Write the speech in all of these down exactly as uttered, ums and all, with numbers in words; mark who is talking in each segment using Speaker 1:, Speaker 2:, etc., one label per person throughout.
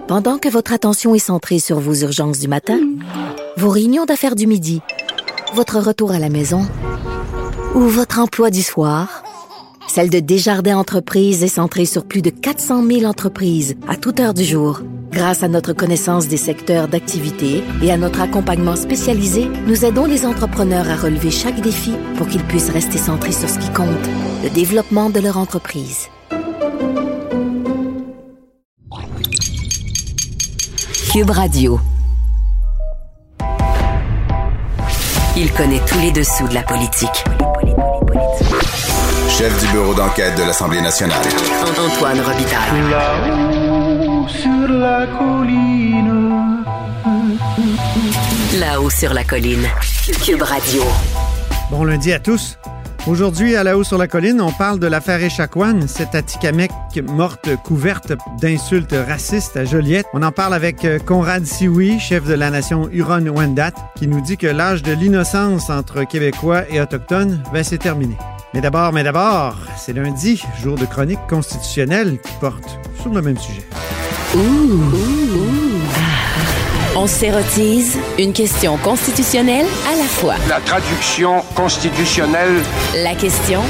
Speaker 1: Pendant que votre attention est centrée sur vos urgences du matin, vos réunions d'affaires du midi, votre retour à la maison ou votre emploi du soir, celle de Desjardins Entreprises est centrée sur plus de quatre cent mille entreprises à toute heure du jour. Grâce à notre connaissance des secteurs d'activité et à notre accompagnement spécialisé, nous aidons les entrepreneurs à relever chaque défi pour qu'ils puissent rester centrés sur ce qui compte, le développement de leur entreprise. Cube Radio. Il connaît tous les dessous de la politique.
Speaker 2: Chef du bureau d'enquête de l'Assemblée nationale.
Speaker 1: Antoine Robitaille.
Speaker 3: Là-haut sur la colline.
Speaker 1: Là-haut sur la colline. Cube Radio.
Speaker 4: Bon lundi à tous. Aujourd'hui, à Là-haut sur la colline, on parle de l'affaire Echaquan, cette Atikamekw morte couverte d'insultes racistes à Joliette. On en parle avec Conrad Sioui, chef de la nation Huron-Wendat, qui nous dit que l'âge de l'innocence entre Québécois et Autochtones va s'est terminé. Mais d'abord, mais d'abord, c'est lundi, jour de chronique constitutionnelle qui porte sur le même sujet.
Speaker 1: Ouh, ouh, ouh. On s'érotise une question constitutionnelle à la fois.
Speaker 5: La traduction constitutionnelle.
Speaker 1: La question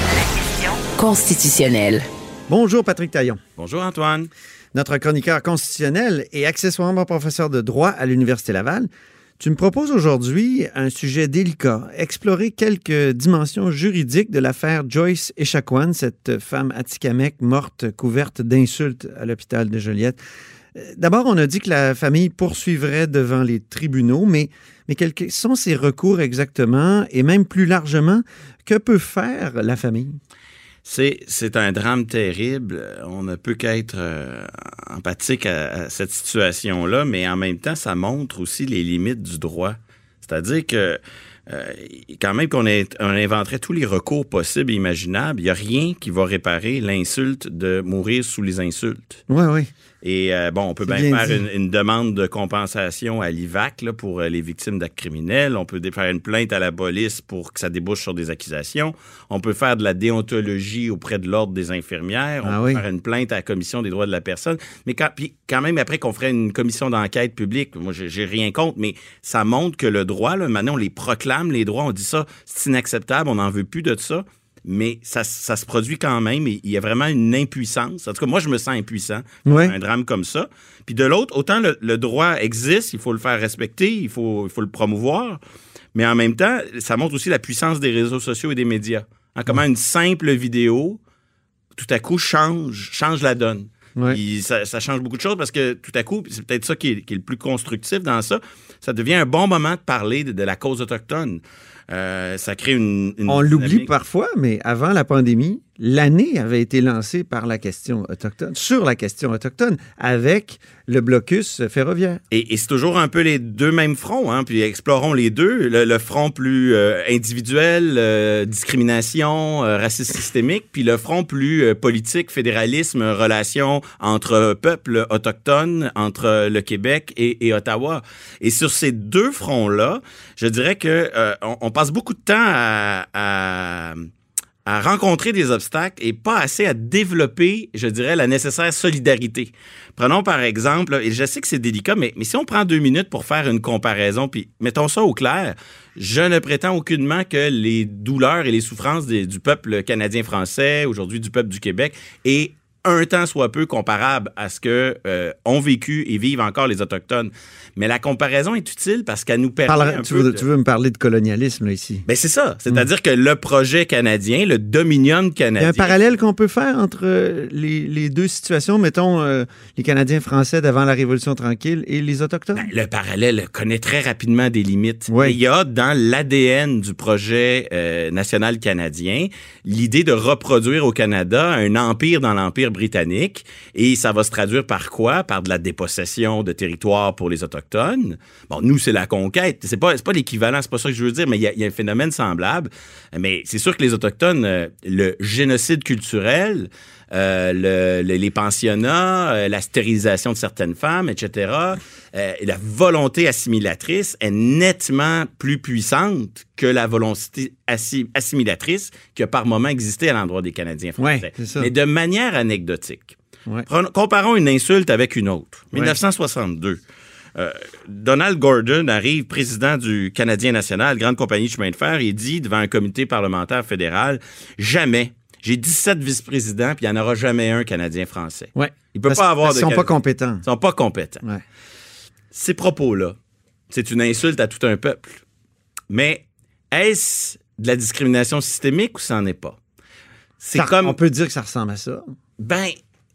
Speaker 1: constitutionnelle.
Speaker 4: Bonjour Patrick Taillon.
Speaker 6: Bonjour Antoine.
Speaker 4: Notre chroniqueur constitutionnel et accessoirement professeur de droit à l'Université Laval. Tu me proposes aujourd'hui un sujet délicat, explorer quelques dimensions juridiques de l'affaire Joyce Echaquan, cette femme atikamekw morte couverte d'insultes à l'hôpital de Joliette. D'abord, on a dit que la famille poursuivrait devant les tribunaux, mais, mais quels sont ces recours exactement et même plus largement, que peut faire la famille?
Speaker 6: C'est, c'est un drame terrible. On ne peut qu'être euh, empathique à, à cette situation-là, mais en même temps, ça montre aussi les limites du droit. C'est-à-dire que euh, quand même qu'on ait, on inventerait tous les recours possibles et imaginables, il n'y a rien qui va réparer l'insulte de mourir sous les insultes.
Speaker 4: Oui, oui.
Speaker 6: Et euh, bon, on peut bien, bien faire une, une demande de compensation à l'I V A C là, pour euh, les victimes d'actes criminels. On peut faire une plainte à la police pour que ça débouche sur des accusations. On peut faire de la déontologie auprès de l'Ordre des infirmières. On
Speaker 4: ah
Speaker 6: peut
Speaker 4: oui.
Speaker 6: faire une plainte à la Commission des droits de la personne. Mais quand, puis quand même, après qu'on ferait une commission d'enquête publique, moi, j'ai, j'ai rien contre, mais ça montre que le droit, là, maintenant, on les proclame, les droits, on dit ça, c'est inacceptable, on n'en veut plus de ça. Mais ça, ça se produit quand même et il y a vraiment une impuissance. En tout cas, moi, je me sens impuissant
Speaker 4: ouais.
Speaker 6: un drame comme ça. Puis de l'autre, autant le, le droit existe, il faut le faire respecter, il faut, il faut le promouvoir, mais en même temps, ça montre aussi la puissance des réseaux sociaux et des médias. Hein, comment une simple vidéo, tout à coup, change, change la donne.
Speaker 4: Ouais.
Speaker 6: Puis ça, ça change beaucoup de choses parce que tout à coup, c'est peut-être ça qui est, qui est le plus constructif dans ça, ça devient un bon moment de parler de, de la cause autochtone. Euh, ça crée une, une
Speaker 4: On
Speaker 6: dynamique.
Speaker 4: l'oublie parfois, mais avant la pandémie, l'année avait été lancée par la question autochtone, sur la question autochtone, avec le blocus ferroviaire.
Speaker 6: Et, et c'est toujours un peu les deux mêmes fronts, hein, puis explorons les deux. Le, le front plus euh, individuel, euh, discrimination, euh, racisme systémique, puis le front plus euh, politique, fédéralisme, relation entre peuples autochtones, entre le Québec et, et Ottawa. Et sur ces deux fronts-là, je dirais que euh, on, on passe beaucoup de temps à... à à rencontrer des obstacles et pas assez à développer, je dirais, la nécessaire solidarité. Prenons par exemple, et je sais que c'est délicat, mais, mais si on prend deux minutes pour faire une comparaison, puis mettons ça au clair, je ne prétends aucunement que les douleurs et les souffrances des, du peuple canadien-français, aujourd'hui du peuple du Québec, et un temps soit peu comparable à ce que euh, ont vécu et vivent encore les Autochtones. Mais la comparaison est utile parce qu'elle nous permet
Speaker 4: Parle,
Speaker 6: un
Speaker 4: tu,
Speaker 6: peu
Speaker 4: veux,
Speaker 6: de...
Speaker 4: tu veux me parler de colonialisme, là, ici?
Speaker 6: Ben c'est ça. C'est-à-dire mmh. que le projet canadien, le Dominion canadien...
Speaker 4: Il y a un parallèle qu'on peut faire entre euh, les, les deux situations, mettons, euh, les Canadiens français d'avant la Révolution tranquille et les Autochtones?
Speaker 6: Ben, le parallèle connaît très rapidement des limites.
Speaker 4: Oui.
Speaker 6: Il y a dans l'A D N du projet euh, national canadien l'idée de reproduire au Canada un empire dans l'Empire britannique. Et ça va se traduire par quoi? Par de la dépossession de territoires pour les Autochtones. Bon, nous, c'est la conquête. C'est pas, c'est pas l'équivalent, c'est pas ça que je veux dire, mais il y a, il y a un phénomène semblable. Mais c'est sûr que les Autochtones, euh, le génocide culturel, euh, le, le, les pensionnats, euh, la stérilisation de certaines femmes, et cetera, euh, la volonté assimilatrice est nettement plus puissante que la volonté assi- assimilatrice qui a par moment existé à l'endroit des Canadiens français.
Speaker 4: Ouais, c'est ça.
Speaker 6: Mais de manière anecdotique,
Speaker 4: Ouais.
Speaker 6: Comparons une insulte avec une autre. dix-neuf cent soixante-deux. Euh, Donald Gordon arrive président du Canadien national, grande compagnie de chemin de fer, et dit devant un comité parlementaire fédéral, jamais, j'ai dix-sept vice-présidents, puis il n'y en aura jamais un Canadien français.
Speaker 4: Ouais.
Speaker 6: Il peut
Speaker 4: parce,
Speaker 6: pas avoir
Speaker 4: parce
Speaker 6: de
Speaker 4: Ils sont
Speaker 6: Canadien.
Speaker 4: pas compétents.
Speaker 6: Ils sont pas compétents.
Speaker 4: Ouais.
Speaker 6: Ces propos-là, c'est une insulte à tout un peuple. Mais est-ce de la discrimination systémique ou ça n'en est pas? C'est
Speaker 4: Ça,
Speaker 6: comme...
Speaker 4: On peut dire que ça ressemble à ça.
Speaker 6: Ben,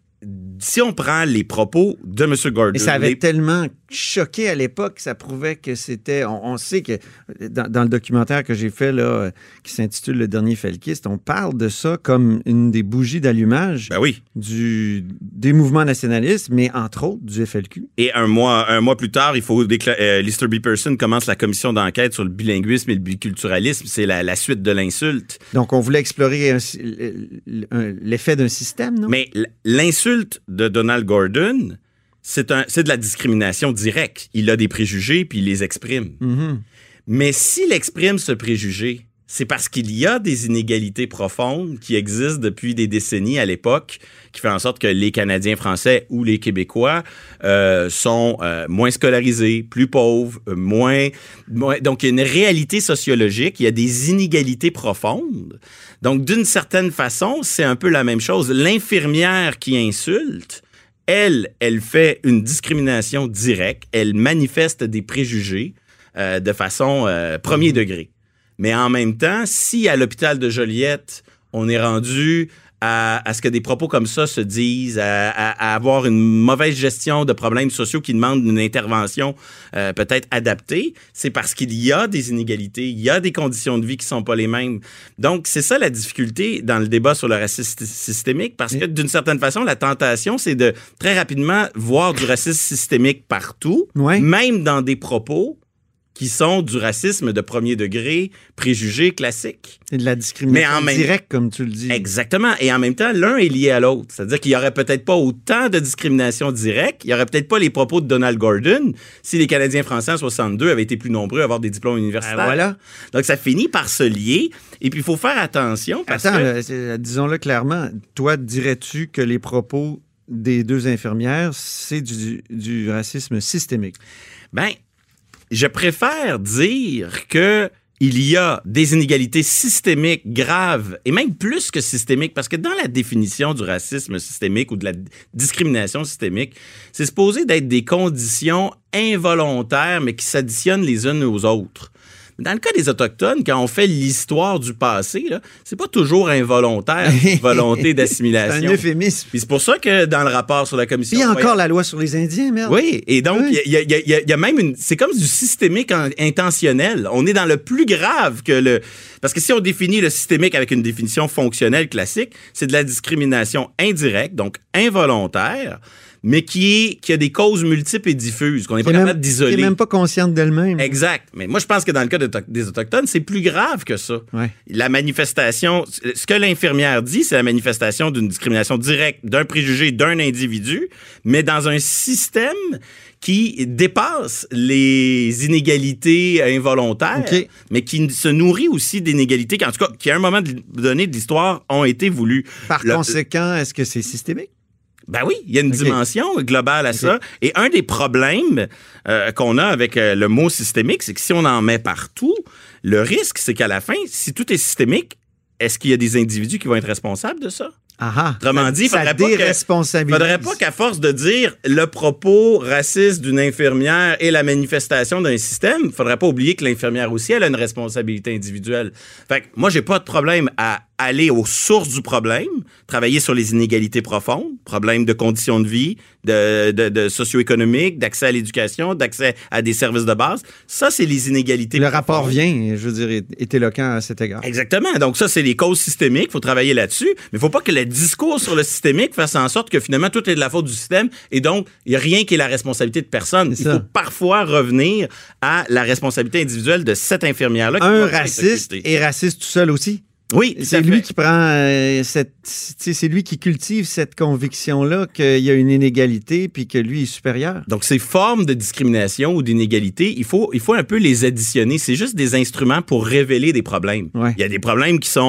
Speaker 6: si on prend les propos de M. Gordon...
Speaker 4: Et ça avait
Speaker 6: les...
Speaker 4: tellement choqué à l'époque, ça prouvait que c'était... On, on sait que dans, dans le documentaire que j'ai fait, là, qui s'intitule « Le dernier Felkiste », on parle de ça comme une des bougies d'allumage
Speaker 6: Ben oui.
Speaker 4: du, des mouvements nationalistes, mais entre autres du F L Q.
Speaker 6: Et un mois, un mois plus tard, il faut déclarer... Euh, Lister B. Pearson commence la commission d'enquête sur le bilinguisme et le biculturalisme. C'est la, la suite de l'insulte.
Speaker 4: Donc, on voulait explorer un, un, l'effet d'un système, non?
Speaker 6: Mais l'insulte de Donald Gordon... C'est, un, c'est de la discrimination directe. Il a des préjugés, puis il les exprime.
Speaker 4: Mm-hmm.
Speaker 6: Mais s'il exprime ce préjugé, c'est parce qu'il y a des inégalités profondes qui existent depuis des décennies à l'époque, qui fait en sorte que les Canadiens français ou les Québécois euh, sont euh, moins scolarisés, plus pauvres, euh, moins, moins... Donc, il y a une réalité sociologique, il y a des inégalités profondes. Donc, d'une certaine façon, c'est un peu la même chose. L'infirmière qui insulte... Elle, elle fait une discrimination directe. Elle manifeste des préjugés euh, de façon euh, premier degré. Mais en même temps, si à l'hôpital de Joliette, on est rendu à, à ce que des propos comme ça se disent, à, à, à avoir une mauvaise gestion de problèmes sociaux qui demandent une intervention euh, peut-être adaptée, c'est parce qu'il y a des inégalités, il y a des conditions de vie qui sont pas les mêmes. Donc, c'est ça la difficulté dans le débat sur le racisme systémique, parce que d'une certaine façon, la tentation, c'est de très rapidement voir du racisme systémique partout,
Speaker 4: ouais.
Speaker 6: même dans des propos qui sont du racisme de premier degré, préjugé classique.
Speaker 4: Et de la discrimination
Speaker 6: Mais en même...
Speaker 4: directe, comme tu le dis.
Speaker 6: Exactement. Et en même temps, l'un est lié à l'autre. C'est-à-dire qu'il n'y aurait peut-être pas autant de discrimination directe, il n'y aurait peut-être pas les propos de Donald Gordon si les Canadiens français en soixante-deux avaient été plus nombreux à avoir des diplômes universitaires.
Speaker 4: Ah, voilà.
Speaker 6: Donc, ça finit par se lier. Et puis, il faut faire attention parce
Speaker 4: Attends,
Speaker 6: que...
Speaker 4: là, disons-le clairement, toi, dirais-tu que les propos des deux infirmières, c'est du, du racisme systémique?
Speaker 6: Ben... Je préfère dire que il y a des inégalités systémiques graves, et même plus que systémiques, parce que dans la définition du racisme systémique ou de la discrimination systémique, c'est supposé d'être des conditions involontaires, mais qui s'additionnent les unes aux autres. Dans le cas des Autochtones, quand on fait l'histoire du passé, là, c'est pas toujours involontaire, volonté d'assimilation.
Speaker 4: C'est un euphémisme.
Speaker 6: Puis c'est pour ça que dans le rapport sur la commission...
Speaker 4: Puis il y a encore
Speaker 6: ouais,
Speaker 4: la loi sur les Indiens, merde.
Speaker 6: Oui, et donc, il
Speaker 4: oui.
Speaker 6: y, y, y, y a même une... C'est comme du systémique en, intentionnel. On est dans le plus grave que le... Parce que si on définit le systémique avec une définition fonctionnelle classique, c'est de la discrimination indirecte, donc involontaire, mais qui, est, qui a des causes multiples et diffuses, qu'on n'est pas
Speaker 4: même,
Speaker 6: capable d'isoler.
Speaker 4: Qui n'est même pas consciente d'elle-même.
Speaker 6: Exact. Mais moi, je pense que dans le cas de, des Autochtones, c'est plus grave que ça.
Speaker 4: Ouais.
Speaker 6: La manifestation, ce que l'infirmière dit, c'est la manifestation d'une discrimination directe, d'un préjugé d'un individu, mais dans un système qui dépasse les inégalités involontaires, okay. mais qui se nourrit aussi d'inégalités qui, en tout cas, qui à un moment donné de l'histoire, ont été voulues.
Speaker 4: Par
Speaker 6: le,
Speaker 4: conséquent, est-ce que c'est systémique?
Speaker 6: Ben oui, il y a une okay. dimension globale à okay. ça. Et un des problèmes euh, qu'on a avec euh, le mot systémique, c'est que si on en met partout, le risque, c'est qu'à la fin, si tout est systémique, est-ce qu'il y a des individus qui vont être responsables de ça?
Speaker 4: Aha,
Speaker 6: Autrement dit, il
Speaker 4: ne
Speaker 6: faudrait pas qu'à force de dire le propos raciste d'une infirmière et la manifestation d'un système, il ne faudrait pas oublier que l'infirmière aussi, elle a une responsabilité individuelle. Fait que moi, j'ai pas de problème à aller aux sources du problème, travailler sur les inégalités profondes, problèmes de conditions de vie, de, de, de socio-économique, d'accès à l'éducation, d'accès à des services de base. Ça, c'est les inégalités
Speaker 4: Le
Speaker 6: profondes.
Speaker 4: rapport vient, je veux dire, est, est éloquent à cet égard.
Speaker 6: Exactement. Donc ça, c'est les causes systémiques. Il faut travailler là-dessus. Mais il ne faut pas que le discours sur le systémique fasse en sorte que finalement, tout est de la faute du système et donc, il n'y a rien qui est la responsabilité de personne. Il faut parfois revenir à la responsabilité individuelle de cette infirmière-là.
Speaker 4: Un raciste est raciste tout seul aussi.
Speaker 6: Oui,
Speaker 4: c'est lui qui prend euh, cette, c'est lui qui cultive cette conviction-là qu'il y a une inégalité puis que lui est supérieur.
Speaker 6: Donc, ces formes de discrimination ou d'inégalité, il faut, il faut un peu les additionner. C'est juste des instruments pour révéler des problèmes.
Speaker 4: Ouais.
Speaker 6: Il y a des problèmes qui sont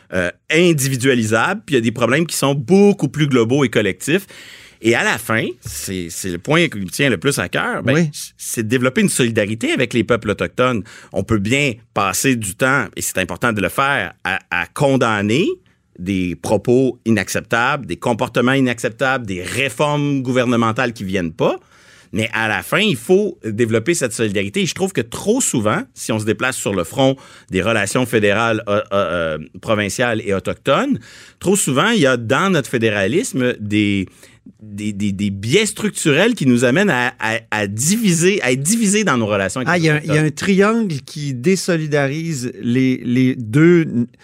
Speaker 6: euh, individualisables, puis il y a des problèmes qui sont beaucoup plus globaux et collectifs. Et à la fin, c'est, c'est le point qui me tient le plus à cœur, ben, oui. c'est de développer une solidarité avec les peuples autochtones. On peut bien passer du temps, et c'est important de le faire, à, à condamner des propos inacceptables, des comportements inacceptables, des réformes gouvernementales qui viennent pas. Mais à la fin, il faut développer cette solidarité. Et je trouve que trop souvent, si on se déplace sur le front des relations fédérales, euh, euh, provinciales et autochtones, trop souvent, il y a dans notre fédéralisme des... Des, des, des biais structurels qui nous amènent à, à, à diviser, à être divisés dans nos relations avec
Speaker 4: ah,
Speaker 6: les
Speaker 4: il y, y a un triangle qui désolidarise les, les deux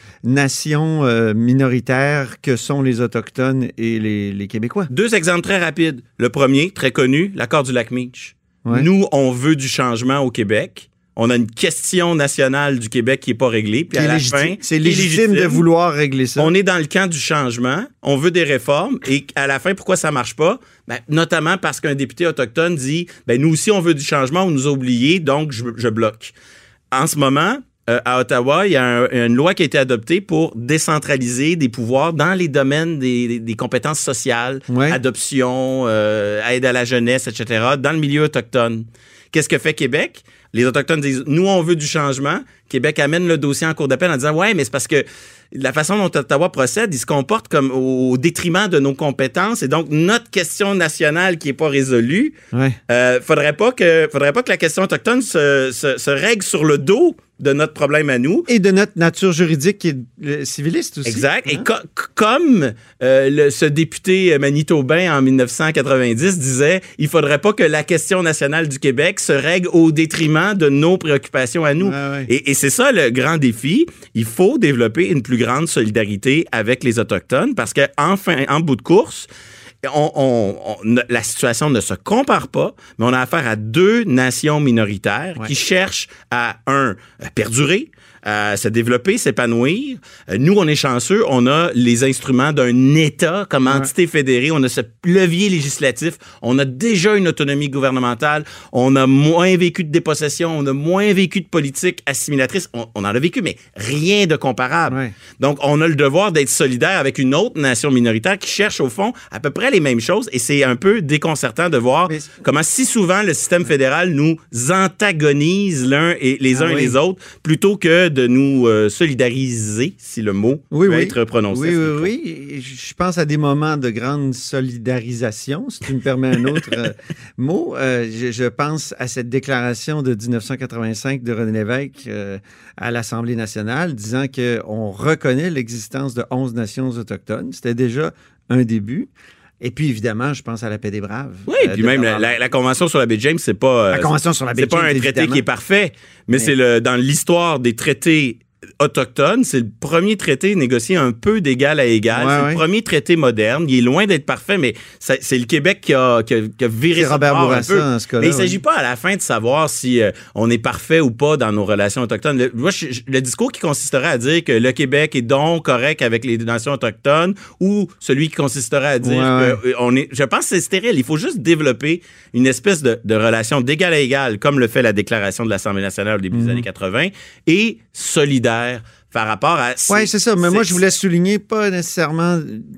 Speaker 4: nations euh, minoritaires que sont les Autochtones et les, les Québécois.
Speaker 6: Deux exemples très rapides. Le premier, très connu, l'accord du Lac-Meech.
Speaker 4: Ouais.
Speaker 6: Nous, on veut du changement au Québec. On a une question nationale du Québec qui n'est pas réglée. Puis à la fin,
Speaker 4: c'est légitime, légitime de vouloir régler ça.
Speaker 6: On est dans le camp du changement. On veut des réformes. Et à la fin, pourquoi ça ne marche pas? Ben, notamment parce qu'un député autochtone dit ben, nous aussi, on veut du changement. On nous a oubliés, donc je, je bloque. En ce moment, euh, à Ottawa, il y a un, une loi qui a été adoptée pour décentraliser des pouvoirs dans les domaines des, des, des compétences sociales, ouais. adoption, euh, aide à la jeunesse, et cetera, dans le milieu autochtone. Qu'est-ce que fait Québec? Les Autochtones disent, nous, on veut du changement. Québec amène le dossier en cour d'appel en disant, ouais, mais c'est parce que la façon dont Ottawa procède, il se comporte comme au détriment de nos compétences. Et donc, notre question nationale qui n'est pas résolue,
Speaker 4: ouais.
Speaker 6: euh, faudrait pas que, faudrait pas que la question autochtone se, se, se règle sur le dos de notre problème à nous.
Speaker 4: Et de notre nature juridique qui est civiliste aussi.
Speaker 6: Exact.
Speaker 4: Hein?
Speaker 6: Et co- comme euh, le, ce député manitobain en dix-neuf cent quatre-vingt-dix disait, il faudrait pas que la question nationale du Québec se règle au détriment de nos préoccupations à nous.
Speaker 4: Ouais, ouais.
Speaker 6: Et, et c'est ça le grand défi. Il faut développer une plus grande solidarité avec les Autochtones parce que enfin, en bout de course, On, on, on, la situation ne se compare pas, mais on a affaire à deux nations minoritaires ouais. qui cherchent à, un, à perdurer, à se développer, s'épanouir. Nous, on est chanceux, on a les instruments d'un État comme ouais. entité fédérée, on a ce levier législatif, on a déjà une autonomie gouvernementale, on a moins vécu de dépossession, on a moins vécu de politique assimilatrice, on, on en a vécu, mais rien de comparable.
Speaker 4: Ouais.
Speaker 6: Donc, on a le devoir d'être solidaire avec une autre nation minoritaire qui cherche, au fond, à peu près les mêmes choses, et c'est un peu déconcertant de voir mais... comment si souvent le système fédéral nous antagonise l'un et les ah, uns oui. et les autres, plutôt que de nous euh, solidariser, si le mot
Speaker 4: oui,
Speaker 6: peut
Speaker 4: oui.
Speaker 6: être prononcé.
Speaker 4: Oui, oui, oui. Je pense à des moments de grande solidarisation, si tu me permets un autre euh, mot. Euh, je, je pense à cette déclaration de dix-neuf cent quatre-vingt-cinq de René Lévesque euh, à l'Assemblée nationale, disant qu'on reconnaît l'existence de onze nations autochtones. C'était déjà un début. Et puis, évidemment, je pense à la paix des Braves.
Speaker 6: Oui, euh, puis même la, la, la Convention sur la baie James, c'est pas,
Speaker 4: la Convention sur la baie
Speaker 6: c'est pas
Speaker 4: James,
Speaker 6: un traité
Speaker 4: évidemment.
Speaker 6: qui est parfait, mais, mais... c'est le, dans l'histoire des traités autochtone, c'est le premier traité négocié un peu d'égal à égal.
Speaker 4: Ouais,
Speaker 6: c'est
Speaker 4: ouais.
Speaker 6: le premier traité moderne. Il est loin d'être parfait, mais ça, c'est le Québec qui a, qui a, qui a viré
Speaker 4: c'est
Speaker 6: ça
Speaker 4: Robert
Speaker 6: un
Speaker 4: Bourassa,
Speaker 6: peu.
Speaker 4: en ce cas-là,
Speaker 6: mais il ne s'agit
Speaker 4: ouais.
Speaker 6: pas à la fin de savoir si euh, on est parfait ou pas dans nos relations autochtones. Le, moi, je, le discours qui consisterait à dire que le Québec est donc correct avec les nations autochtones ou celui qui consisterait à dire
Speaker 4: ouais,
Speaker 6: que ouais. on est... Je pense que c'est stérile. Il faut juste développer une espèce de, de relation d'égal à égal, comme le fait la déclaration de l'Assemblée nationale au début mmh. des années quatre-vingt, et solidaire par rapport à...
Speaker 4: Oui, c'est ça. Mais moi, je voulais souligner pas nécessairement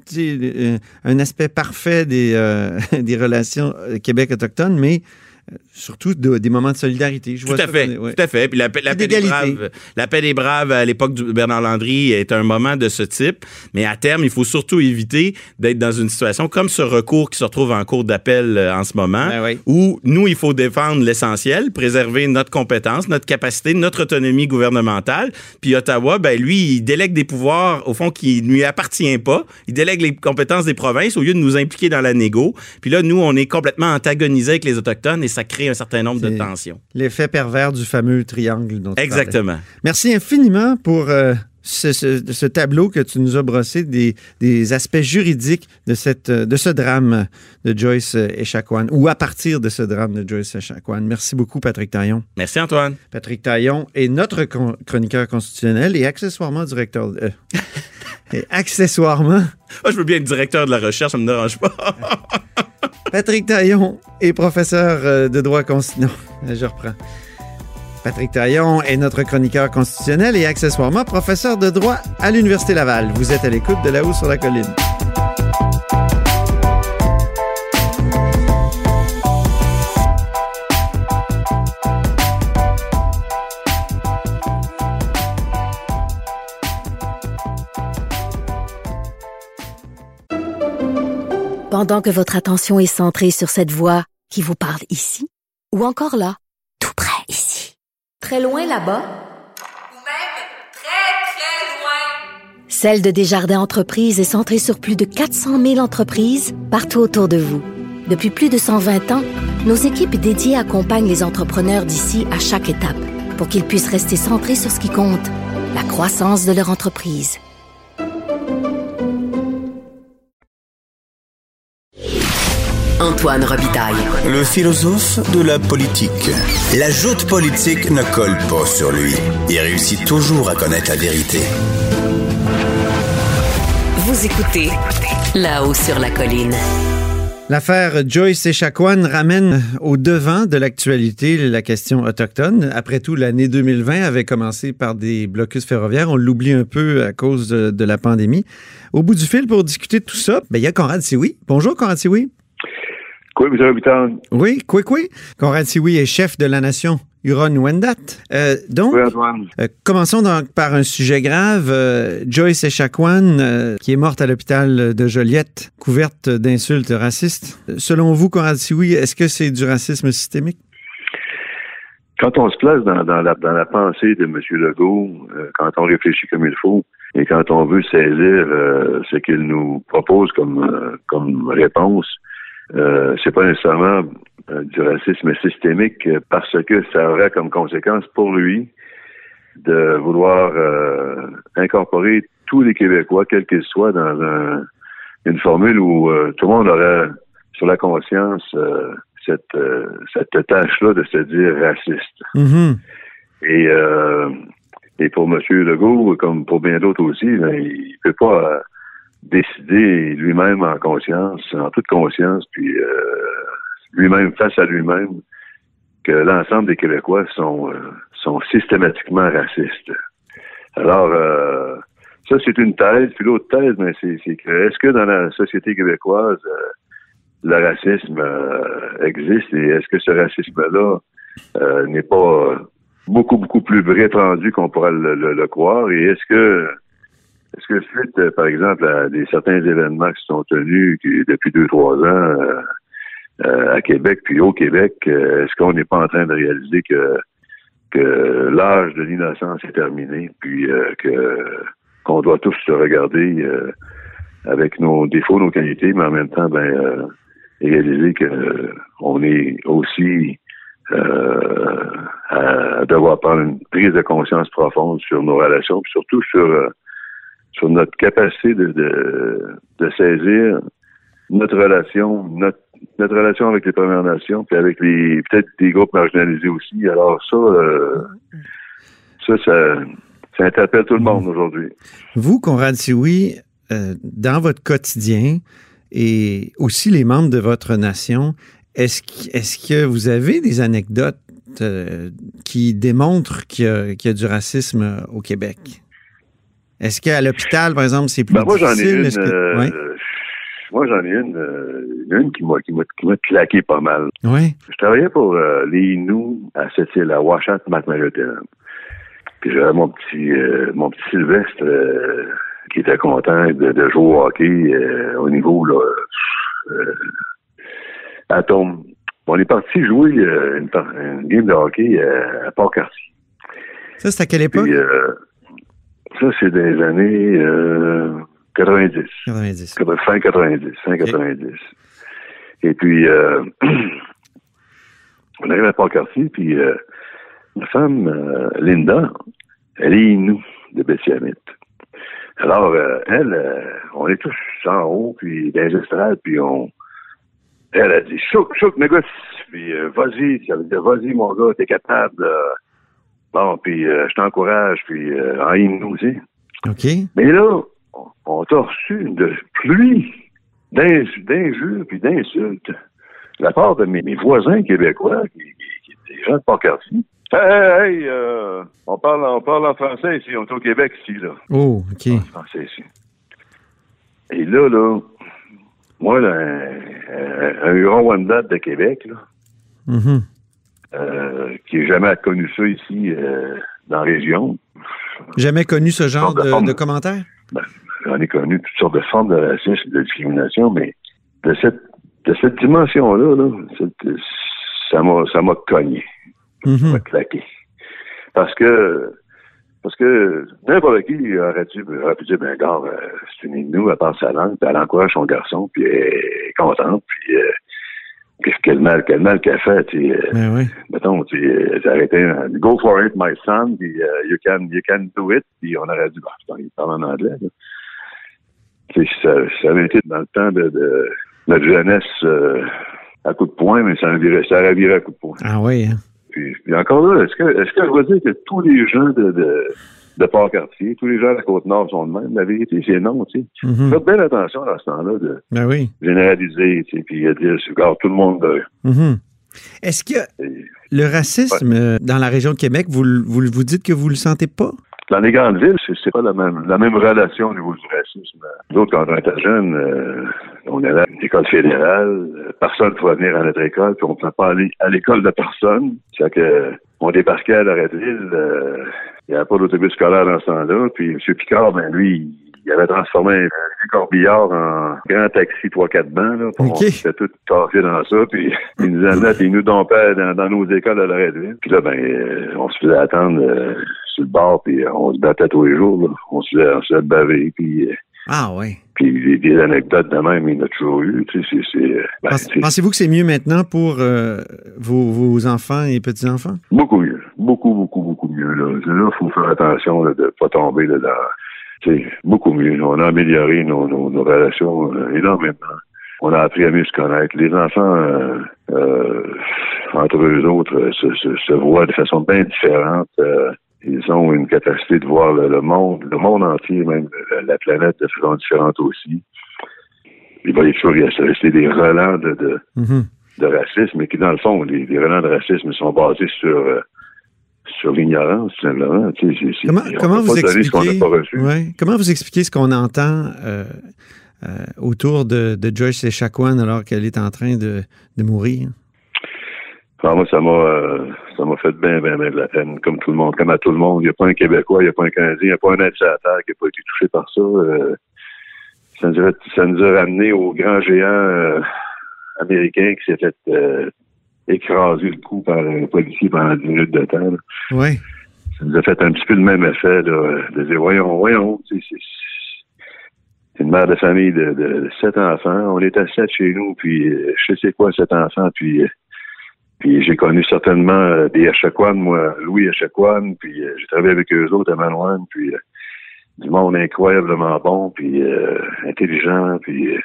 Speaker 4: euh, un aspect parfait des, euh, des relations Québec autochtones, mais surtout de, des moments de solidarité. Je
Speaker 6: tout,
Speaker 4: vois
Speaker 6: à
Speaker 4: ça,
Speaker 6: fait,
Speaker 4: ouais.
Speaker 6: tout à fait. Puis la, la, paix des Braves, la paix des Braves à l'époque de Bernard Landry est un moment de ce type, mais à terme, il faut surtout éviter d'être dans une situation comme ce recours qui se retrouve en cours d'appel en ce moment,
Speaker 4: ben oui.
Speaker 6: où nous, il faut défendre l'essentiel, préserver notre compétence, notre capacité, notre autonomie gouvernementale. Puis Ottawa, ben lui, il délègue des pouvoirs, au fond, qui ne lui appartiennent pas. Il délègue les compétences des provinces au lieu de nous impliquer dans la négo. Puis là, nous, on est complètement antagonisés avec les Autochtones et ça crée un certain nombre
Speaker 4: c'est
Speaker 6: de tensions.
Speaker 4: L'effet pervers du fameux triangle dont tu
Speaker 6: Exactement.
Speaker 4: parlais. Merci infiniment pour euh, ce, ce, ce tableau que tu nous as brossé des, des aspects juridiques de, cette, de ce drame de Joyce Echaquan, ou à partir de ce drame de Joyce Echaquan. Merci beaucoup, Patrick Taillon.
Speaker 6: Merci, Antoine.
Speaker 4: Patrick Taillon est notre con- chroniqueur constitutionnel et accessoirement directeur... Euh, et accessoirement...
Speaker 6: Oh, je veux bien être directeur de la recherche, ça ne me dérange pas.
Speaker 4: Patrick Taillon est professeur de droit constitutionnel. Non, je reprends. Patrick Taillon est notre chroniqueur constitutionnel et accessoirement professeur de droit à l'Université Laval. Vous êtes à l'écoute de Là-haut sur la colline.
Speaker 1: Pendant que votre attention est centrée sur cette voix qui vous parle ici, ou encore là, tout près ici, très loin là-bas,
Speaker 7: ou même très, très loin.
Speaker 1: Celle de Desjardins Entreprises est centrée sur plus de quatre cent mille entreprises partout autour de vous. Depuis plus de cent vingt ans, nos équipes dédiées accompagnent les entrepreneurs d'ici à chaque étape pour qu'ils puissent rester centrés sur ce qui compte, la croissance de leur entreprise.
Speaker 8: Antoine Robitaille.
Speaker 2: Le philosophe de la politique. La joute politique ne colle pas sur lui. Il réussit toujours à connaître la vérité.
Speaker 8: Vous écoutez Là-haut sur la colline.
Speaker 4: L'affaire Joyce Echaquan ramène au devant de l'actualité la question autochtone. Après tout, l'année deux mille vingt avait commencé par des blocus ferroviaires. On l'oublie un peu à cause de, de la pandémie. Au bout du fil, pour discuter de tout ça, ben, il y a Conrad Sioui. Bonjour, Conrad Sioui.
Speaker 9: Oui, M. Robitaille.
Speaker 4: Oui, quoi, quoi. Conrad Sioui est chef de la nation Huron-Wendat. Euh, donc,
Speaker 9: oui, Antoine.
Speaker 4: Euh, commençons donc par un sujet grave. Euh, Joyce Echaquan, euh, qui est morte à l'hôpital de Joliette, couverte d'insultes racistes. Selon vous, Conrad Sioui, est-ce que c'est du racisme systémique?
Speaker 9: Quand on se place dans, dans, la, dans la pensée de M. Legault, euh, quand on réfléchit comme il faut, et quand on veut saisir euh, ce qu'il nous propose comme, euh, comme réponse, Euh, c'est pas nécessairement euh, du racisme systémique euh, parce que ça aurait comme conséquence pour lui de vouloir euh, incorporer tous les Québécois, quels qu'ils soient, dans un, une formule où euh, tout le monde aurait sur la conscience euh, cette, euh, cette tâche-là de se dire raciste.
Speaker 4: Mm-hmm.
Speaker 9: Et, euh, et pour M. Legault, comme pour bien d'autres aussi, ben, il peut pas... Euh, décider lui-même en conscience, en toute conscience, puis euh, lui-même face à lui-même, que l'ensemble des Québécois sont euh, sont systématiquement racistes. Alors, euh, ça, c'est une thèse. Puis l'autre thèse, ben, c'est, c'est que est-ce que dans la société québécoise, euh, le racisme euh, existe et est-ce que ce racisme-là euh, n'est pas beaucoup, beaucoup plus répandu qu'on pourrait le, le, le croire? Et est-ce que Est-ce que suite, euh, par exemple, à des certains événements qui sont tenus qui, depuis deux, trois ans euh, euh, à Québec, puis au Québec, euh, est-ce qu'on n'est pas en train de réaliser que que l'âge de l'innocence est terminé, puis euh, que qu'on doit tous se regarder euh, avec nos défauts, nos qualités, mais en même temps, ben euh, réaliser que euh, on est aussi euh, à devoir prendre une prise de conscience profonde sur nos relations, puis surtout sur euh, sur notre capacité de, de, de saisir notre relation, notre, notre relation avec les Premières Nations, puis avec les peut-être des groupes marginalisés aussi. Alors ça, euh, ça, ça, ça interpelle tout le monde aujourd'hui.
Speaker 4: Vous, Conrad Sioui, euh, dans votre quotidien et aussi les membres de votre nation, est-ce que, est-ce que vous avez des anecdotes euh, qui démontrent qu'il y a, qu'il y a du racisme au Québec? Est-ce qu'à l'hôpital, par exemple, c'est plus
Speaker 9: ben, moi,
Speaker 4: difficile?
Speaker 9: J'en ai une,
Speaker 4: que...
Speaker 9: euh,
Speaker 4: ouais.
Speaker 9: Moi, j'en ai une, euh, une qui m'a, qui m'a, qui m'a claqué pas mal.
Speaker 4: Oui.
Speaker 9: Je travaillais pour euh, les Inuits à cette île, à Ouachant, Macmillan. Puis j'avais mon petit, euh, mon petit Sylvestre euh, qui était content de, de jouer au hockey euh, au niveau là, euh, Atome. On est parti jouer euh, une, une game de hockey euh, à Port-Cartier.
Speaker 4: Ça, c'est à quelle époque?
Speaker 9: Puis, euh, ça, c'est des années euh, quatre-vingt-dix.
Speaker 4: quatre-vingt-dix.
Speaker 9: Fin quatre-vingt-dix. Fin okay. quatre-vingt-dix. Et puis, euh, on arrive à Port-Cartier, puis euh, ma femme, euh, Linda, elle est Inou de Bétiamite. Alors, euh, elle, euh, on est tous en haut, puis dans les estrades, puis on... Elle a dit, chouk, chouk, négocie, puis euh, vas-y, ça veut dire, vas-y, mon gars, t'es capable. Euh, bon, puis euh, je t'encourage, puis euh, en Inou aussi.
Speaker 4: OK.
Speaker 9: Mais là, on, on t'a reçu de pluie d'injures puis d'insultes de la part de mes, mes voisins québécois, qui, qui, qui étaient des gens de Port-Cartier. Hey, hey, hey euh, on, parle, on parle en français ici. On est au Québec ici, là.
Speaker 4: Oh, OK.
Speaker 9: En français ici. Et là, là, moi, là, un, un Huron-Wendat de Québec, là,
Speaker 4: Mm-hmm.
Speaker 9: euh, qui n'a jamais connu ça ici, euh, dans la région.
Speaker 4: Jamais connu ce genre
Speaker 9: de,
Speaker 4: de,
Speaker 9: forme,
Speaker 4: de commentaires?
Speaker 9: Ben, j'en ai connu toutes sortes de formes de racisme et de discrimination, mais de cette, de cette dimension-là, là, cette, ça m'a, ça m'a cogné.
Speaker 4: Mm-hmm.
Speaker 9: Ça m'a claqué. Parce que, parce que n'importe qui aurait pu, aurait pu dire, ben, gars, euh, c'est une Inou, elle parle sa langue, puis elle encourage son garçon, puis elle est contente, puis euh, quel mal, quel mal qu'elle fait, tu sais.
Speaker 4: Ben oui.
Speaker 9: Mettons, tu sais, arrêté, go for it, my son, puis uh, you can, you can do it, puis on aurait dit, bah, il parle en anglais, là. Tu sais, ça, ça avait été dans le temps de, de notre jeunesse euh, à coup de poing, mais ça, virait, ça aurait viré à coup de poing.
Speaker 4: Ah oui, hein?
Speaker 9: Puis, puis encore là, est-ce que, est-ce que je veux dire que tous les gens de, de, de Port-Cartier, tous les gens de la Côte-Nord sont de même? La vérité, c'est non, tu sais.
Speaker 4: Mm-hmm.
Speaker 9: Faites bien attention à ce temps-là de
Speaker 4: ben oui.
Speaker 9: généraliser, tu sais, puis de dire, regarde, tout le monde... De,
Speaker 4: mm-hmm. Est-ce que
Speaker 9: et,
Speaker 4: le racisme ouais. dans la région de Québec, vous, vous, vous dites que vous le sentez pas?
Speaker 9: Dans les grandes villes, c'est, c'est pas la même, la même relation au niveau du racisme. D'autres, quand on était jeunes, euh, on allait à l'école fédérale, personne ne pouvait venir à notre école, puis on ne pouvait pas aller à l'école de personne. C'est que on débarquait à Loretteville, euh, il n'y avait pas d'autobus scolaire dans ce temps-là, puis M. Picard, ben lui, il avait transformé un corbillard en grand taxi trois quatre bancs, là, puis okay. On s'était tous cassés dans ça, puis il nous amenait, puis il nous dompait dans, dans nos écoles à Loretteville. Puis là, ben, euh, on se faisait attendre euh, sur le bord, puis on se battait tous les jours, là. On se faisait, on se faisait baver, puis... Euh,
Speaker 4: ah oui.
Speaker 9: Puis des anecdotes de même, il y en a toujours eu. Tu sais, c'est, c'est, ben,
Speaker 4: Pense, c'est... Pensez-vous que c'est mieux maintenant pour euh, vos, vos enfants et petits-enfants?
Speaker 9: Beaucoup mieux. Beaucoup, beaucoup, beaucoup mieux. Là, il faut faire attention là, de ne pas tomber là, dans... Tu sais, beaucoup mieux. On a amélioré nos, nos, nos relations euh, énormément. On a appris à mieux se connaître. Les enfants, euh, euh, entre eux autres, se, se, se voient de façon bien différente. Euh, Ils ont une capacité de voir le, le monde, le monde entier, même la, la planète de façon différente aussi. Il va y toujours rester des relents de, de, mm-hmm. de racisme, mais qui, dans le fond, les, les relents de racisme sont basés sur, euh, sur l'ignorance, tout simplement. Tu sais, c'est, c'est,
Speaker 4: comment comment vous expliquez,
Speaker 9: ce
Speaker 4: ouais, comment vous expliquez ce qu'on entend euh, euh, autour de, de Joyce Echaquan alors qu'elle est en train de, de mourir?
Speaker 9: Alors moi, ça m'a euh, ça m'a fait bien, bien, bien de la peine, comme tout le monde, comme à tout le monde. Il n'y a pas un Québécois, il n'y a pas un Canadien, il n'y a pas un initiateur qui n'a pas été touché par ça. Euh, ça, nous a, ça nous a ramené au grand géant euh, américain qui s'est fait euh, écraser le cou par un policier pendant dix minutes de temps. Là.
Speaker 4: Oui.
Speaker 9: Ça nous a fait un petit peu le même effet, là, de dire, voyons, voyons, c'est, c'est, c'est une mère de famille de, de sept enfants. On est à sept chez nous, puis euh, je sais c'est quoi sept enfants, puis... Euh, Puis j'ai connu certainement euh, des Echaquan, moi, Louis Echaquan, puis euh, j'ai travaillé avec eux autres à Manoine, puis euh, du monde incroyablement bon, puis euh, intelligent, puis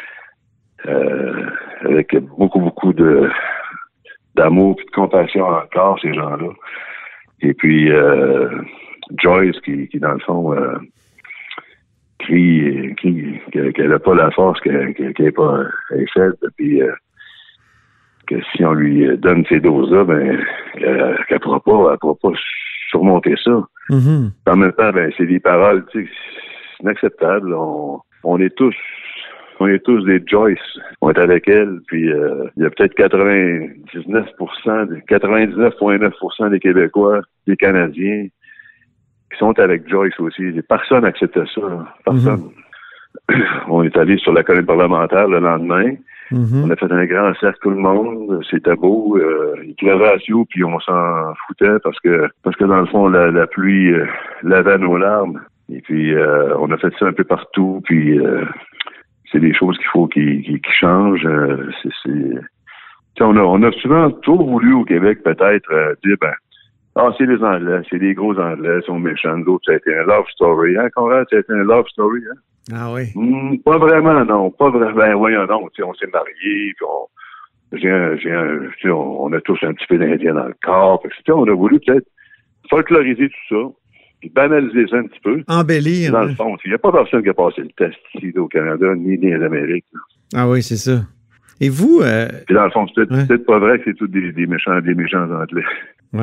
Speaker 9: euh, avec beaucoup, beaucoup de d'amour et de compassion encore, ces gens-là. Et puis euh, Joyce, qui, qui dans le fond, euh, crie, crie qu'elle n'a pas la force, qu'elle n'est pas elle est faible, puis... Euh, que si on lui donne ces doses-là, ben, qu'elle ne pourra pas, elle pourra pas surmonter ça.
Speaker 4: Mm-hmm.
Speaker 9: En même temps, ben, c'est des paroles, tu sais, c'est inacceptable. On, on est tous, on est tous des Joyce. On est avec elle, puis euh, il y a peut-être quatre-vingt-dix-neuf pour cent, quatre-vingt-dix-neuf virgule neuf pour cent des Québécois, des Canadiens, qui sont avec Joyce aussi. Personne n'accepte ça. Personne. Mm-hmm. On est allé sur la colline parlementaire le lendemain. Mm-hmm. On a fait un grand cercle tout le monde, c'était beau, euh, il pleuvait à Sio, puis on s'en foutait parce que parce que dans le fond la, la pluie euh, lavait nos larmes. Et puis euh, on a fait ça un peu partout, puis euh, c'est des choses qu'il faut qui, qui, qui changent. Euh, c'est, c'est... On a on a souvent trop voulu au Québec peut-être euh, dire ben ah c'est les Anglais, c'est des gros Anglais, ils sont méchants, d'autres ça a été un love story, hein Conrad, ça a été un love story, hein?
Speaker 4: Ah oui?
Speaker 9: Mmh, pas vraiment, non. Pas vraiment. Ben, voyons donc. On s'est mariés, puis on, j'ai un, j'ai un, on, on a tous un petit peu d'Indien dans le corps. Puis, on a voulu peut-être folkloriser tout ça, puis banaliser ça un petit peu.
Speaker 4: Embellir.
Speaker 9: Dans
Speaker 4: hein.
Speaker 9: le fond, il n'y a pas personne qui a passé le test ici au Canada, ni dans les Amériques. Là.
Speaker 4: Ah oui, c'est ça. Et vous... Euh...
Speaker 9: Puis dans le fond, c'est peut-être, ouais. peut-être pas vrai que c'est tous des, des méchants, des méchants Anglais.
Speaker 4: Oui.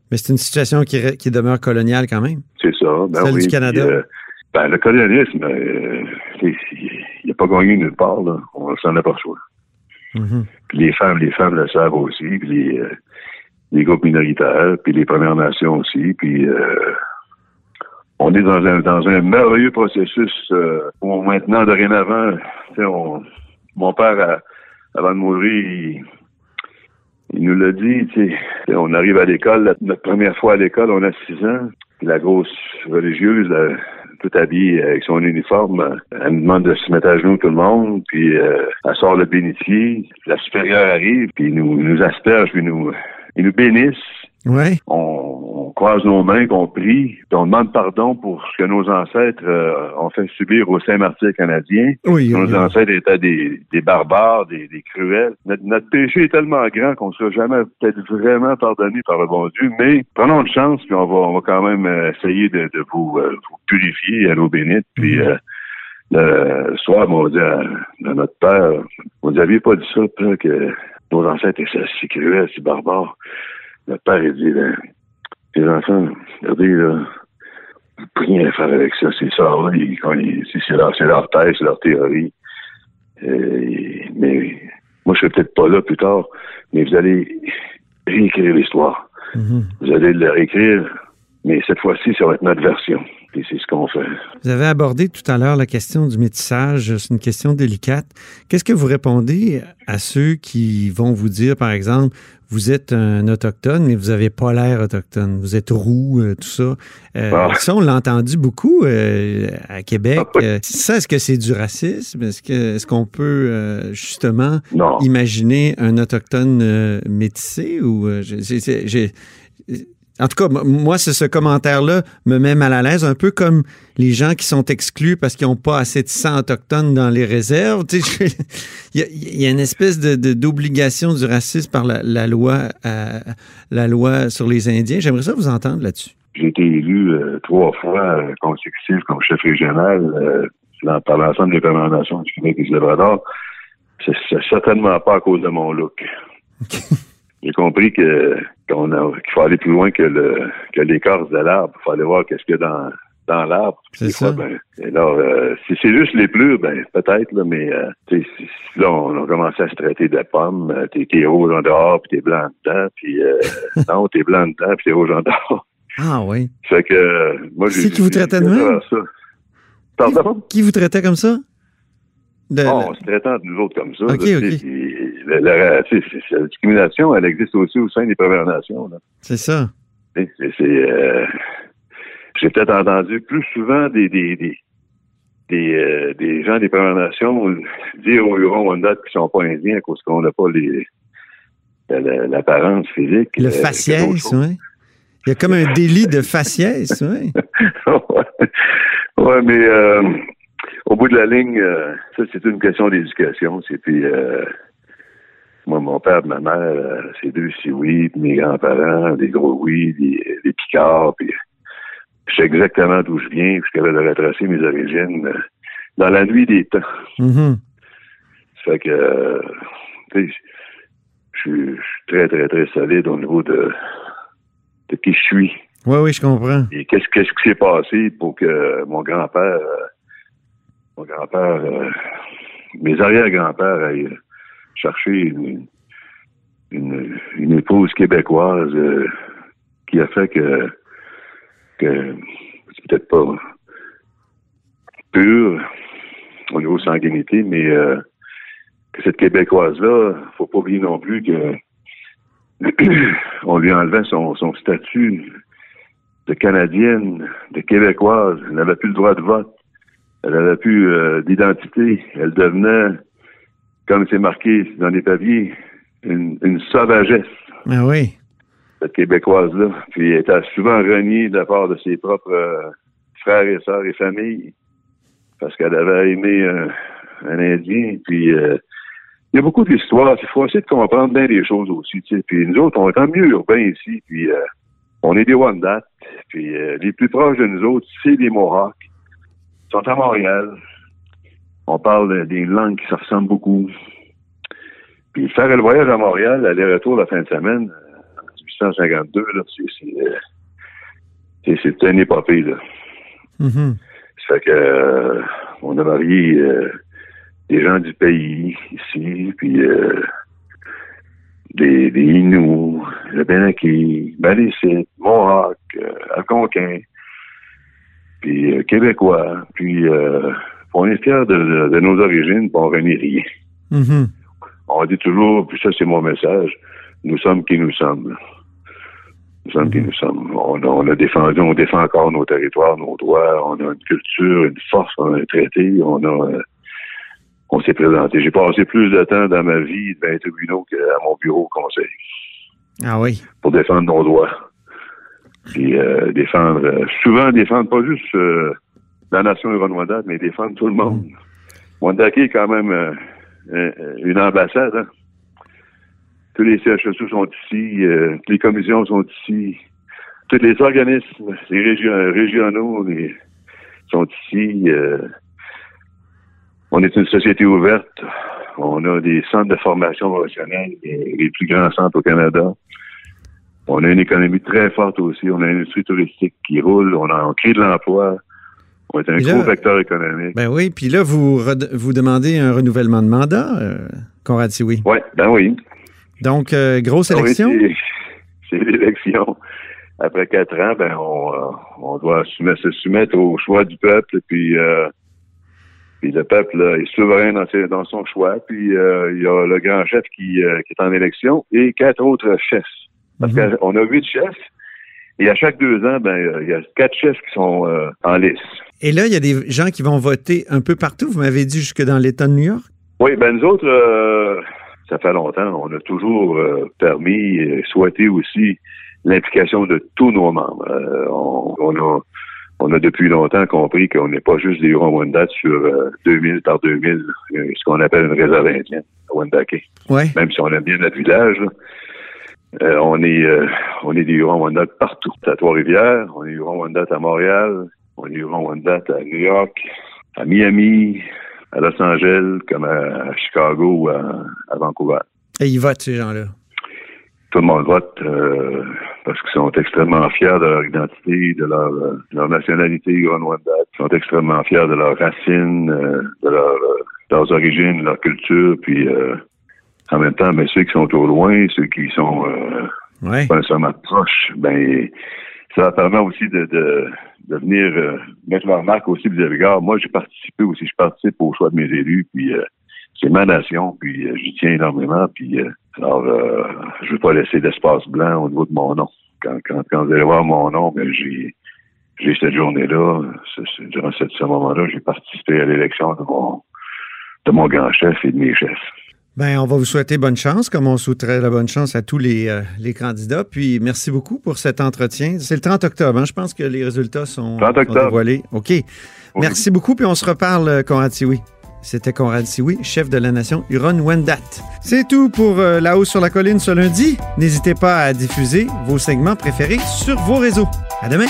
Speaker 4: Mais c'est une situation qui, re- qui demeure coloniale quand même.
Speaker 9: C'est ça. Ben
Speaker 4: Celle
Speaker 9: oui,
Speaker 4: du Canada.
Speaker 9: Puis, euh, ben, le colonialisme, euh, il n'a pas gagné nulle part, là. On s'en aperçoit.
Speaker 4: Mm-hmm.
Speaker 9: Puis les femmes, les femmes le savent aussi, puis les, euh, les groupes minoritaires, puis les Premières Nations aussi, puis euh, on est dans un dans un merveilleux processus euh, où maintenant, dorénavant, on, mon père, à, avant de mourir, il, il nous l'a dit, on arrive à l'école, la, notre première fois à l'école, on a six ans, puis la grosse religieuse, la, tout habillée avec son uniforme, elle nous demande de se mettre à genoux tout le monde, puis euh, elle sort le bénitier, la supérieure arrive, puis il nous, nous asperge, puis nous, ils nous bénissent.
Speaker 4: Ouais.
Speaker 9: On, on croise nos mains, qu'on prie, puis on demande pardon pour ce que nos ancêtres euh, ont fait subir aux Saint-Martyrs canadiens.
Speaker 4: Oui,
Speaker 9: nos
Speaker 4: oui, oui.
Speaker 9: ancêtres étaient des, des barbares, des, des cruels. Notre, notre péché est tellement grand qu'on ne sera jamais peut-être vraiment pardonné par le bon Dieu, mais prenons une chance, puis on va, on va quand même euh, essayer de, de vous, euh, vous purifier à l'eau bénite. Puis euh, le, le soir, on dit à, à notre père, vous n'aviez pas dit ça, père, que nos ancêtres étaient si cruels, si barbares. Notre père, il dit, ben, les enfants, regardez, là, vous pouvez rien faire avec ça. C'est ça, là, ils, quand ils, c'est, c'est, leur, c'est leur thèse, c'est leur théorie. Euh, mais moi, je serai peut-être pas là plus tard, mais vous allez réécrire l'histoire.
Speaker 4: Mm-hmm.
Speaker 9: Vous allez le réécrire, mais cette fois-ci, ça va être notre version. Et c'est ce qu'on fait.
Speaker 4: Vous avez abordé tout à l'heure la question du métissage. C'est une question délicate. Qu'est-ce que vous répondez à ceux qui vont vous dire, par exemple, vous êtes un autochtone, mais vous n'avez pas l'air autochtone. Vous êtes roux, euh, tout ça. Euh,
Speaker 9: Ah.
Speaker 4: Ça, on l'a entendu beaucoup euh, à Québec.
Speaker 9: Ah, oui.
Speaker 4: Euh, ça, est-ce que c'est du racisme? Est-ce, que, est-ce qu'on peut euh, justement
Speaker 9: Non.
Speaker 4: imaginer un autochtone euh, métissé? Ou, euh, j'ai, j'ai, j'ai- En tout cas, m- moi, c'est ce commentaire-là me met mal à l'aise, un peu comme les gens qui sont exclus parce qu'ils n'ont pas assez de sang autochtone dans les réserves. Tu sais, je- Il y, a- il y a une espèce de, de- d'obligation du racisme par la, la loi, euh, la loi sur les Indiens. J'aimerais ça vous entendre là-dessus.
Speaker 9: J'ai été élu euh, trois fois euh, consécutifs comme chef régional euh, dans- par l'ensemble des Premières Nations du Québec et du Labrador. C'est, c'est certainement pas à cause de mon look. J'ai compris que qu'on a, qu'il faut aller plus loin que le que l'écorce de l'arbre. Il faut aller voir qu'est-ce qu'il y a dans dans l'arbre.
Speaker 4: C'est
Speaker 9: Des
Speaker 4: ça.
Speaker 9: fois, ben, et là, euh, si c'est juste les plures, ben peut-être là, mais euh, tu sais, si- si- là on a commencé à se traiter de pommes. Euh, T'es, t'es rouge en dehors, puis t'es blanc dedans, puis euh, non, t'es blanc dedans, puis t'es rouge en dehors.
Speaker 4: Ah oui.
Speaker 9: Fait que euh, moi j'ai
Speaker 4: C'est qui vous traitait de même?
Speaker 9: ça. Pardon?
Speaker 4: Qui vous traitait comme ça? De-
Speaker 9: Oh, on se traitait entre nous autres comme ça.
Speaker 4: Ok,
Speaker 9: là,
Speaker 4: ok.
Speaker 9: tu sais, puis la, la- tu sais, c'est- c'est- la discrimination, elle existe aussi au sein des Premières Nations. Là.
Speaker 4: C'est ça.
Speaker 9: Tu sais, C'est, c'est, euh, j'ai peut-être entendu plus souvent des des des des, euh, des gens des Premières Nations dire aux Hurons-Wendat qu'ils sont pas indiens à cause qu'on n'a pas les la- la- l'apparence physique.
Speaker 4: Le
Speaker 9: euh, que d'autres
Speaker 4: faciès,
Speaker 9: choses.
Speaker 4: oui. Il y a comme un délit de faciès, oui.
Speaker 9: ouais. Ouais, mais euh, au bout de la ligne, euh, ça, c'est une question d'éducation. C'est puis euh, moi, mon père et ma mère, euh, c'est deux Sioux, puis mes grands-parents, des gros oui, des, des Picards, puis je sais exactement d'où je viens, puis je suis capable de retracer mes origines euh, dans la nuit des temps.
Speaker 4: Mhm.
Speaker 9: Ça fait que, euh, tu sais, je suis je suis très, très, très solide au niveau de, de qui je suis.
Speaker 4: Oui, oui, je comprends.
Speaker 9: Et qu'est-ce, qu'est-ce qui s'est passé pour que mon grand-père, euh, mon grand-père, euh, mes arrière-grands-pères aillent chercher une, une, une épouse québécoise euh, qui a fait que, que c'est peut-être pas pur au niveau sanguinité, mais euh, que cette Québécoise-là, faut pas oublier non plus que on lui enlevait son, son statut de Canadienne, de Québécoise. Elle n'avait plus le droit de vote. Elle n'avait plus euh, d'identité. Elle devenait, comme c'est marqué dans les papiers, une, une sauvagesse,
Speaker 4: Ah oui.
Speaker 9: cette Québécoise-là. Puis elle était souvent reniée de la part de ses propres euh, frères et sœurs et familles parce qu'elle avait aimé un, un Indien. Puis euh, il y a beaucoup d'histoires. Il faut essayer de comprendre bien des choses aussi. Tu sais. Puis nous autres, on est en milieu urbain ici. Puis euh, on est des Wendat. Puis euh, les plus proches de nous autres, c'est les Mohawks. Ils sont à Montréal. On parle des langues qui se ressemblent beaucoup. Puis faire le voyage à Montréal, aller-retour la fin de semaine, en cent cinquante-deux, là, c'est, c'est, euh, c'est, c'est une épopée, là.
Speaker 4: Mm-hmm.
Speaker 9: Ça fait que euh, on a marié euh, des gens du pays ici, puis euh, des, des Inuits, le Benaki, Malécite, Mohawk, euh, Algonquin, puis euh, Québécois, puis euh, on est fiers de, de, de nos origines, puis on renie rien.
Speaker 4: Mm-hmm. On
Speaker 9: dit toujours, puis ça c'est mon message, nous sommes qui nous sommes. Nous sommes qui nous sommes. On a, on a défendu, on défend encore nos territoires, nos droits, on a une culture, une force, on a un traité, on a, euh, on s'est présenté. J'ai passé plus de temps dans ma vie devant les tribunaux qu'à mon bureau au conseil.
Speaker 4: Ah oui.
Speaker 9: Pour défendre nos droits. Puis euh, défendre, euh, souvent défendre pas juste euh, la nation Huron-Wendat, mais défendre tout le monde. Mm. Wendake est quand même euh, une ambassade, hein. Tous les C H S O sont ici, euh, les commissions sont ici, tous les organismes, les régions, régionaux les, sont ici. Euh, on est une société ouverte. On a des centres de formation professionnelle, les, les plus grands centres au Canada. On a une économie très forte aussi. On a une industrie touristique qui roule. On, a, on crée de l'emploi. On est un gros vecteur économique.
Speaker 4: Ben oui, puis là, vous, vous demandez un renouvellement de mandat, euh, Conrad Sioui.
Speaker 9: Oui, ben oui.
Speaker 4: Donc, euh, grosse élection?
Speaker 9: Oui, c'est, c'est l'élection. Après quatre ans, ben on, euh, on doit soumettre, se soumettre au choix du peuple, puis, euh, puis le peuple là, est souverain dans, ses, dans son choix, puis euh, il y a le grand chef qui, euh, qui est en élection et quatre autres chefs. Parce mm-hmm. qu'on a huit chefs, et à chaque deux ans, ben il y a quatre chefs qui sont euh, en lice.
Speaker 4: Et là, il y a des gens qui vont voter un peu partout, vous m'avez dit jusque dans l'État de New York? Oui,
Speaker 9: ben nous autres... Euh, ça fait longtemps. On a toujours euh, permis et souhaité aussi l'implication de tous nos membres. Euh, on, on, a, on a depuis longtemps compris qu'on n'est pas juste des Huron-Wendat sur euh, deux mille par deux mille, euh, ce qu'on appelle une réserve indienne à Wendake.
Speaker 4: Ouais.
Speaker 9: Même si on aime bien notre village, euh, on est euh, on est des Huron-Wendat partout. À Trois-Rivières, on est Huron-Wendat à Montréal, on est Huron-Wendat à New York, à Miami, à Los Angeles, comme à Chicago ou à, à Vancouver.
Speaker 4: Et ils votent, ces gens-là?
Speaker 9: Tout le monde vote euh, parce qu'ils sont extrêmement fiers de leur identité, de leur, euh, de leur nationalité Huron-Wendat. Ils sont extrêmement fiers de leurs racines, euh, de leur, euh, leurs origines, de leur culture. Puis, euh, en même temps, ben, ceux qui sont au loin, ceux qui sont euh,
Speaker 4: ouais.
Speaker 9: pas nécessairement proches, ben, ça permet aussi de... de de venir euh, mettre leur marque aussi vis-à-vis. Regarde, moi, j'ai participé aussi, je participe au choix de mes élus, puis euh, c'est ma nation, puis euh, j'y tiens énormément, puis euh, alors, euh, je veux pas laisser d'espace blanc au niveau de mon nom. Quand, quand, quand vous allez voir mon nom, ben, j'ai, j'ai cette journée-là, c'est, c'est, durant ce, ce moment-là, j'ai participé à l'élection de mon, de mon grand chef et de mes chefs.
Speaker 4: Ben, on va vous souhaiter bonne chance, comme on souhaiterait la bonne chance à tous les, euh, les candidats. Puis, merci beaucoup pour cet entretien. C'est le trente octobre, hein? Je pense que les résultats sont, sont dévoilés. OK. Oui. Merci beaucoup, puis on se reparle, Conrad Sioui. C'était Conrad Sioui, chef de la nation Huron-Wendat. C'est tout pour euh, Là-haut sur la colline ce lundi. N'hésitez pas à diffuser vos segments préférés sur vos réseaux. À demain!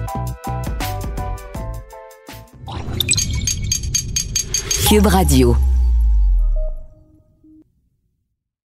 Speaker 8: Cube Radio.